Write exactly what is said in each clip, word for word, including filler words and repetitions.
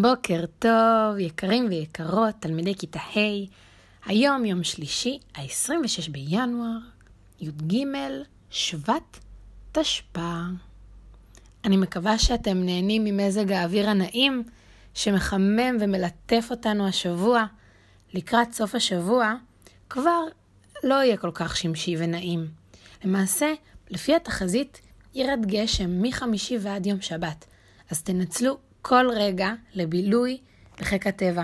בוקר טוב, יקרים ויקרות, תלמידי כיתה ה'. היום יום שלישי, ה-עשרים ושש בינואר, י"ג שבט תשפ"א. אני מקווה שאתם נהנים ממזג האוויר הנעים שמחמם ומלטף אותנו השבוע. לקראת סוף השבוע כבר לא יהיה כל כך שמשי ונעים. למעשה, לפי התחזית ירד גשם מחמישי ועד יום שבת, אז תנצלו כל רגע לבילוי בחיק הטבע.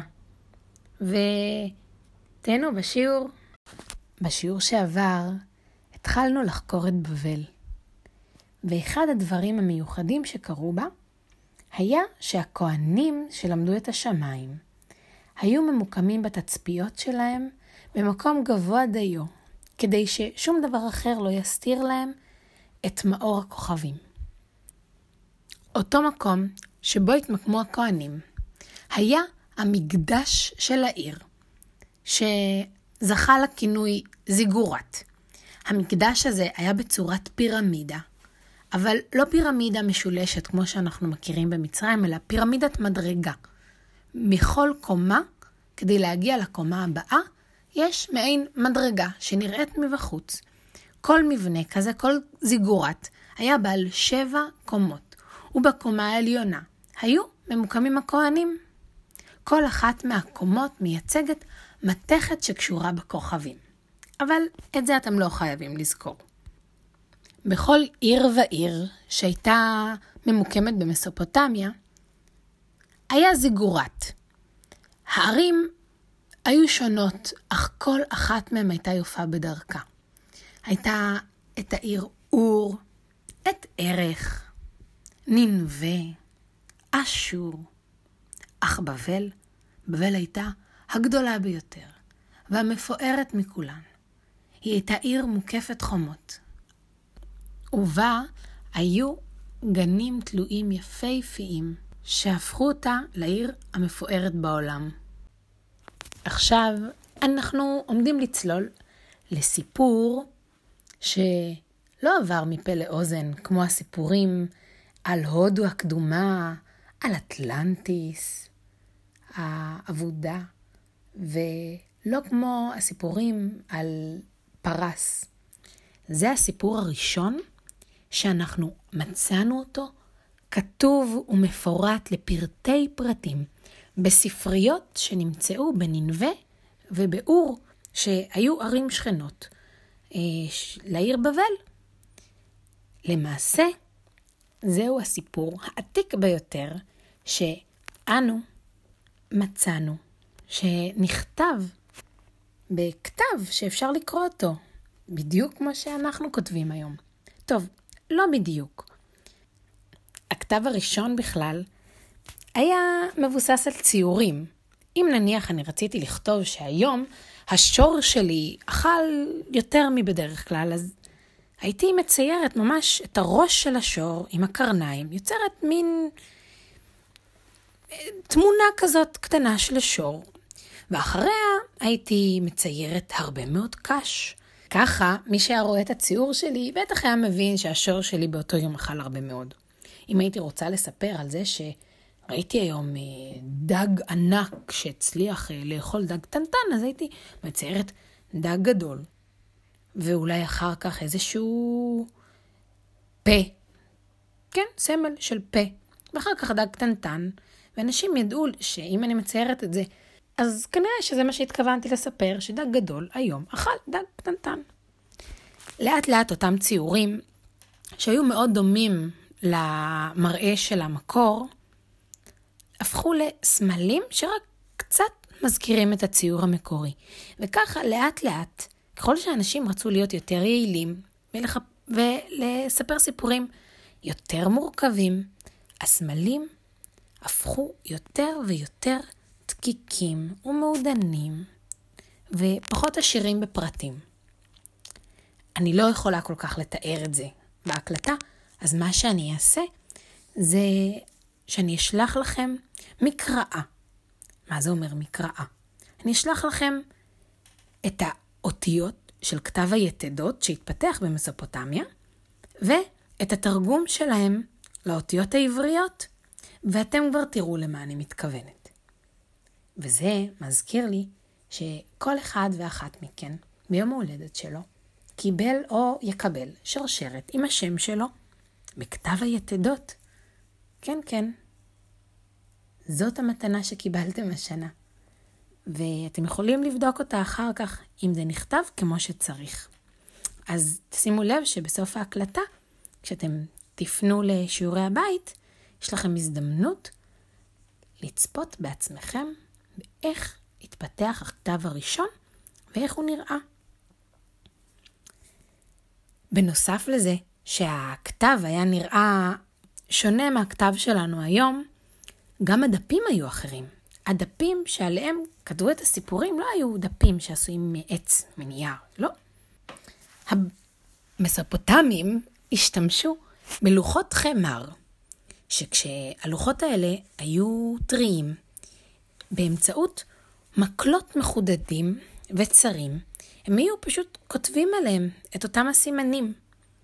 ותהנו בשיעור. בשיעור שעבר התחלנו לחקור את בבל. ואחד הדברים המיוחדים שקרו בה היה שהכהנים שלמדו את השמיים היו ממוקמים בתצפיות שלהם במקום גבוה דיו, כדי ששום דבר אחר לא יסתיר להם את מאור הכוכבים. אותו מקום שבו התמקמו הכהנים היה המקדש של העיר, שזכה לכינוי זיגורת. המקדש הזה היה בצורת פירמידה, אבל לא פירמידה משולשת כמו שאנחנו מכירים במצרים, אלא פירמידת מדרגה. מכל קומה, כדי להגיע לקומה הבאה, יש מעין מדרגה שנראית מבחוץ. כל מבנה כזה, כל זיגורת, היה בעל שבע קומות, ובקומה העליונה היו ממוקמים הכהנים. כל אחת מהקומות מייצגת מתכת שקשורה בכוכבים. אבל את זה אתם לא חייבים לזכור. בכל עיר ועיר שהייתה ממוקמת במסופוטמיה, היה זיגורת. הערים היו שונות, אך כל אחת מהן הייתה יופה בדרכה. הייתה את העיר אור, את ערך, נינווה, אשור. אך בבל, בבל הייתה הגדולה ביותר והמפוארת מכולן. היא הייתה עיר מוקפת חומות. ובה היו גנים תלויים יפהפיים שהפכו אותה לעיר המפוארת בעולם. עכשיו אנחנו עומדים לצלול לסיפור שלא עבר מפה לאוזן, כמו הסיפורים על הודו הקדומה, על אטלנטיס, העבודה, ולא כמו הסיפורים על פרס. זה הסיפור הראשון שאנחנו מצאנו אותו כתוב ומפורט לפרטי פרטים בספריות שנמצאו בנינווה ובאור, שהיו ערים שכנות לעיר בבל. למעשה, זהו הסיפור העתיק ביותר שאנו מצאנו, שנכתב בכתב שאפשר לקרוא אותו, בדיוק כמו שאנחנו כותבים היום. טוב, לא בדיוק. הכתב הראשון בכלל היה מבוסס על ציורים. אם נניח אני רציתי לכתוב שהיום השור שלי אכל יותר מבדרך כלל, אז הייתי מציירת ממש את הראש של השור עם הקרניים, יוצרת מין תמונה כזאת קטנה של השור, ואחריה הייתי מציירת הרבה מאוד קש. ככה מי שהיה רואה את הציור שלי בטח היה מבין שהשור שלי באותו יום אכל הרבה מאוד. אם הייתי רוצה לספר על זה שראיתי היום דג ענק שהצליח לאכול דג טנטן, אז הייתי מציירת דג גדול. ואולי אחר כך איזשהו פה. כן, סמל של פה. ואחר כך דג קטנטן. ואנשים ידעו שאם אני מציירת את זה, אז כנראה שזה מה שהתכוונתי לספר, שדג גדול היום אכל דג קטנטן. לאט לאט אותם ציורים, שהיו מאוד דומים למראה של המקור, הפכו לסמלים שרק קצת מזכירים את הציור המקורי. וככה לאט לאט, ככל שאנשים רצו להיות יותר יעילים ולח... ולספר סיפורים יותר מורכבים, הסמלים הפכו יותר ויותר דקיקים ומעודנים ופחות עשירים בפרטים. אני לא יכולה כל כך לתאר את זה בהקלטה, אז מה שאני אעשה זה שאני אשלח לכם מקראה. מה זה אומר מקראה? אני אשלח לכם את האותיות של כתב היתדות שהתפתח במסופוטמיה, ואת התרגום שלהם לאותיות העבריות, ואתם כבר תראו למה אני מתכוונת. וזה מזכיר לי שכל אחד ואחת מכן ביום ההולדת שלו קיבל או יקבל שרשרת עם השם שלו בכתב היתדות. כן, כן. זאת המתנה שקיבלתם השנה. ואתם יכולים לבדוק אותה אחר כך אם זה נכתב כמו שצריך. אז שימו לב שבסוף ההקלטה, כשאתם תפנו לשיעורי הבית, יש לכם הזדמנות לצפות בעצמכם באיך התפתח הכתב הראשון ואיך הוא נראה. בנוסף לזה שהכתב היה נראה שונה מהכתב שלנו היום, גם הדפים היו אחרים. הדפים שעליהם כתבו את הסיפורים לא היו דפים שעשויים מעץ, מנייר, לא. המסופוטמים השתמשו בלוחות חמר, שכשהלוחות האלה היו טריים, באמצעות מקלות מחודדים וצרים, הם היו פשוט כותבים עליהם את אותם הסימנים.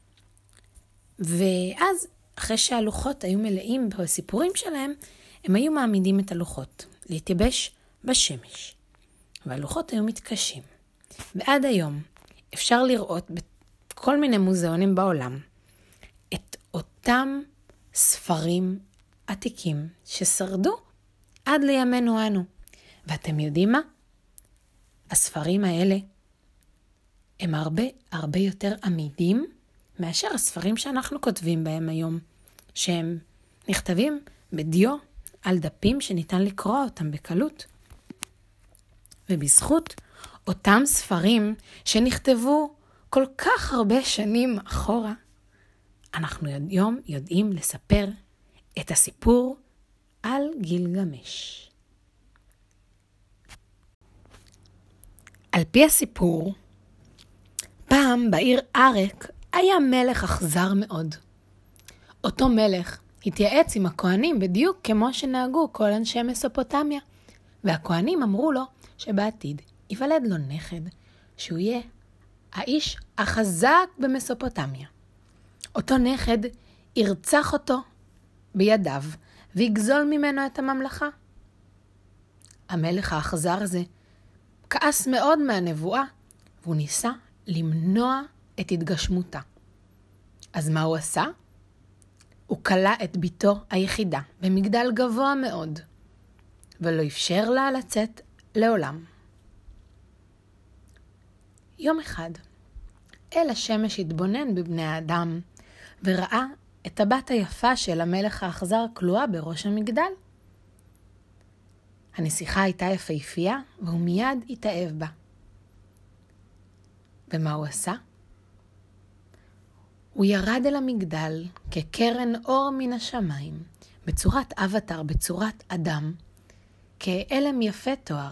ואז, אחרי שהלוחות היו מלאים בסיפורים שלהם, הם היו מעמידים את הלוחות להתייבש בשמש. והלוחות היו מתקשים. ועד היום אפשר לראות בכל מיני מוזיאונים בעולם את אותם ספרים עתיקים ששרדו עד לימינו אנו. ואתם יודעים מה? הספרים האלה הם הרבה הרבה יותר עמידים מאשר הספרים שאנחנו כותבים בהם היום, שהם נכתבים בדיו על דפים שניתן לקרוא אותם בקלות. ובזכות אותם ספרים שנכתבו כל כך הרבה שנים אחורה, אנחנו היום יודעים לספר את הסיפור על גילגמש. על פי הסיפור, פעם בעיר ארק היה מלך אכזר מאוד. אותו מלך התייעץ עם הכהנים בדיוק כמו שנהגו כל אנשי מסופוטמיה, והכהנים אמרו לו שבעתיד ייוולד לו נכד, שהוא יהיה האיש החזק במסופוטמיה. אותו נכד ירצח אותו בידיו ויגזול ממנו את הממלכה. המלך האכזר הזה כעס מאוד מהנבואה, והוא ניסה למנוע את התגשמותה. אז מה הוא עשה? הוא קלה את ביתו היחידה במגדל גבוה מאוד, ולא אפשר לה לצאת לעולם. יום אחד, אל השמש התבונן בבני האדם, וראה את הבת היפה של המלך האכזר כלואה בראש המגדל. הנסיכה הייתה יפהפייה, והוא מיד התאהב בה. ומה הוא עשה? הוא ירד אל המגדל כקרן אור מן השמיים, בצורת אבטר, בצורת אדם, כאלם יפה תואר,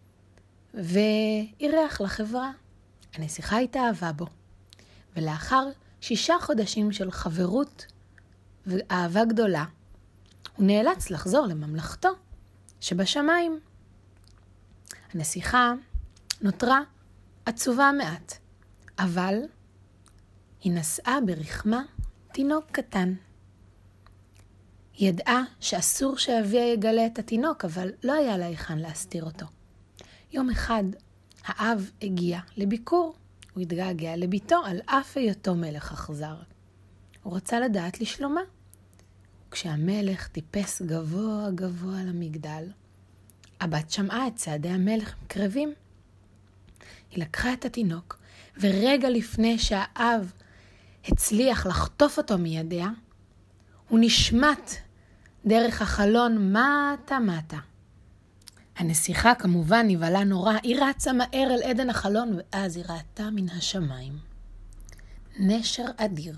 ואירח לחברה. הנסיכה התאהבה בו, ולאחר שישה חודשים של חברות ואהבה גדולה, הוא נאלץ לחזור לממלכתו שבשמיים. הנסיכה נותרה עצובה מעט, אבל היא נשאה ברחמה תינוק קטן. היא ידעה שאסור שאביה יגלה את התינוק, אבל לא היה לה היכן להסתיר אותו. יום אחד האב הגיע לביקור, הוא התגעגע לביתו על אף היותו מלך אכזר. הוא רצה לדעת לשלומה. כשהמלך טיפס גבוה גבוה למגדל, הבת שמעה את צעדי המלך קרבים. היא לקחה את התינוק, ורגע לפני שהאב הצליח לחטוף אותו מידיה, הוא נשמט דרך החלון מטה מטה. הנסיכה כמובן נבהלה נורא, היא רצה מהר אל עדן החלון, ואז היא ראתה מן השמיים נשר אדיר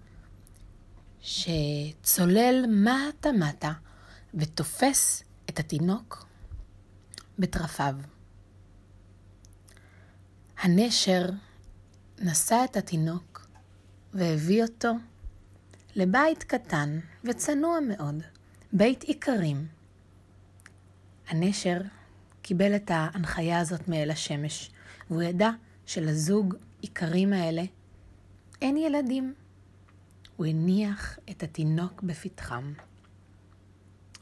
שצולל מטה מטה ותופס את התינוק בטרפיו. הנשר נשא את התינוק והביא אותו לבית קטן וצנוע מאוד, בית עיקרים. הנשר קיבל את ההנחיה הזאת מאל השמש, והוא ידע שלזוג עיקרים האלה אין ילדים. הוא הניח את התינוק בפתחם.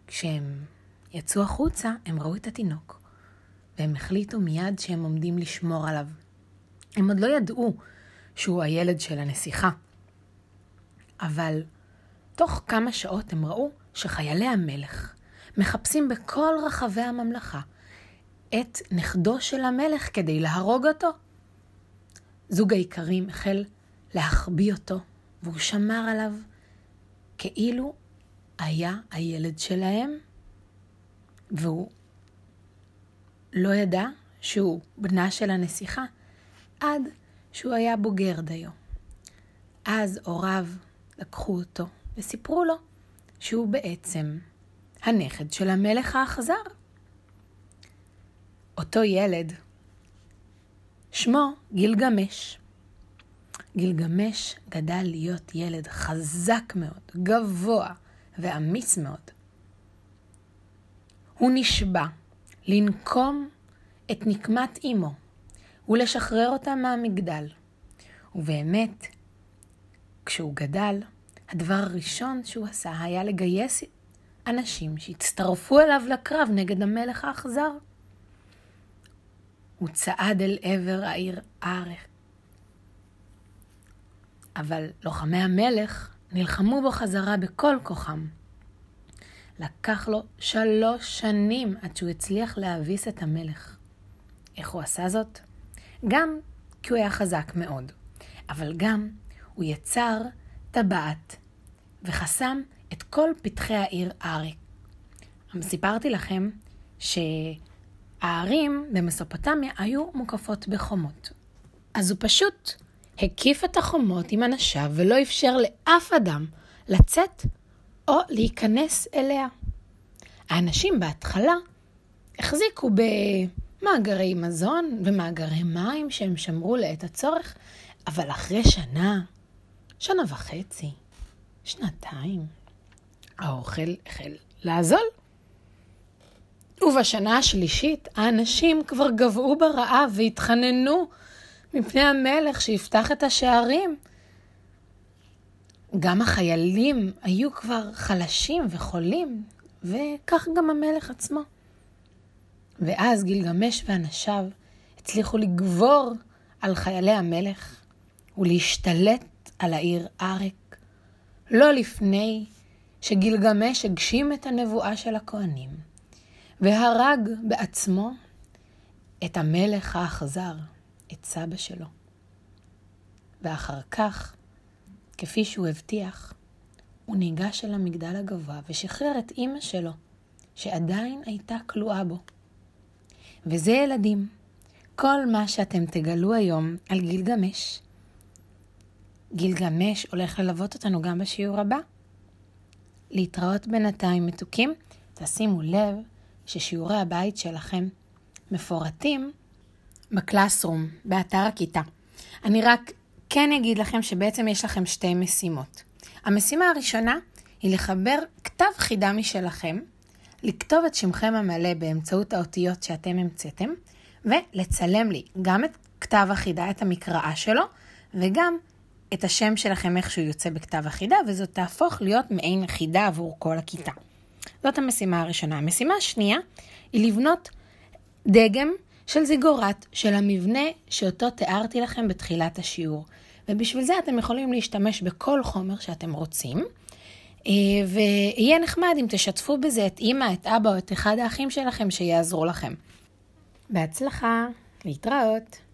כשהם יצאו החוצה, הם ראו את התינוק, והם החליטו מיד שהם עומדים לשמור עליו. הם עוד לא ידעו שהוא הילד של הנסיכה. אבל תוך כמה שעות הם ראו שחיילי המלך מחפשים בכל רחבי הממלכה את נכדו של המלך כדי להרוג אותו. זוג האיכרים החל להחביא אותו, והוא שמר עליו כאילו היה הילד שלהם, והוא לא ידע שהוא בנה של הנסיכה עד שהוא היה בוגר דיו. אז הוריו לקחו אותו וסיפרו לו שהוא בעצם הנכד של המלך האכזר. אותו ילד שמו גילגמש. גילגמש גדל להיות ילד חזק מאוד, גבוה ואמיץ מאוד. הוא נשבע לנקום את נקמת אמו ולשחרר אותה מהמגדל. ובאמת, כשהוא גדל, הדבר הראשון שהוא עשה היה לגייס אנשים שהצטרפו אליו לקרב נגד המלך האכזר. הוא צעד אל עבר העיר ארך. אבל לוחמי המלך נלחמו בו חזרה בכל כוחם. לקח לו שלוש שנים עד שהוא הצליח להביס את המלך. איך הוא עשה זאת? גם כי הוא היה חזק מאוד, אבל גם הוא יצר טבעת וחסם את כל פתחי העיר אריק. סיפרתי לכם שהערים במסופוטמיה היו מוקפות בחומות. אז הוא פשוט הקיף את החומות עם אנשיו ולא אפשר לאף אדם לצאת או להיכנס אליה. האנשים בהתחלה החזיקו במאגרי מזון ומאגרי מים שהם שמרו לעת הצורך, אבל אחרי שנה, שנה וחצי, שנתיים, האוכל החל לעזול. ובשנה השלישית האנשים כבר גבעו ברעב והתחננו מפני המלך שיפתח את השערים. גם החיילים היו כבר חלשים וחולים, וכך גם המלך עצמו. ואז גילגמש ואנשיו הצליחו לגבור על חיילי המלך ולהשתלט על העיר אריק, לא לפני שגילגמש הגשים את הנבואה של הכהנים, והרג בעצמו את המלך האכזר, את סבא שלו. ואחר כך, כפי שהוא הבטיח, הוא ניגש אל המגדל הגבוה ושחרר את אמא שלו, שעדיין הייתה כלואה בו. וזה ילדים, כל מה שאתם תגלו היום על גילגמש. גילגמש הולך ללוות אותנו גם בשיעור הבא. להתראות בינתיים מתוקים, תשימו לב ששיעורי הבית שלכם מפורטים בקלאסרום, באתר הכיתה. אני רק כן אגיד לכם שבעצם יש לכם שתי משימות. המשימה הראשונה היא לחבר כתב חידה משלכם, לכתוב את שמכם המלא באמצעות האותיות שאתם המצאתם, ולצלם לי גם את כתב החידה, את המקראה שלו, וגם את השם שלכם איך שהוא יוצא בכתב החידה, וזאת תהפוך להיות מעין חידה עבור כל הכיתה. זאת המשימה הראשונה. המשימה השנייה היא לבנות דגם של זיגורט של המבנה שאותו תיארתי לכם בתחילת השיעור. ובשביל זה אתם יכולים להשתמש בכל חומר שאתם רוצים, ויהיה נחמד אם תשתפו בזה את אמא, את אבא או את אחד האחים שלכם שיעזרו לכם. בהצלחה, להתראות.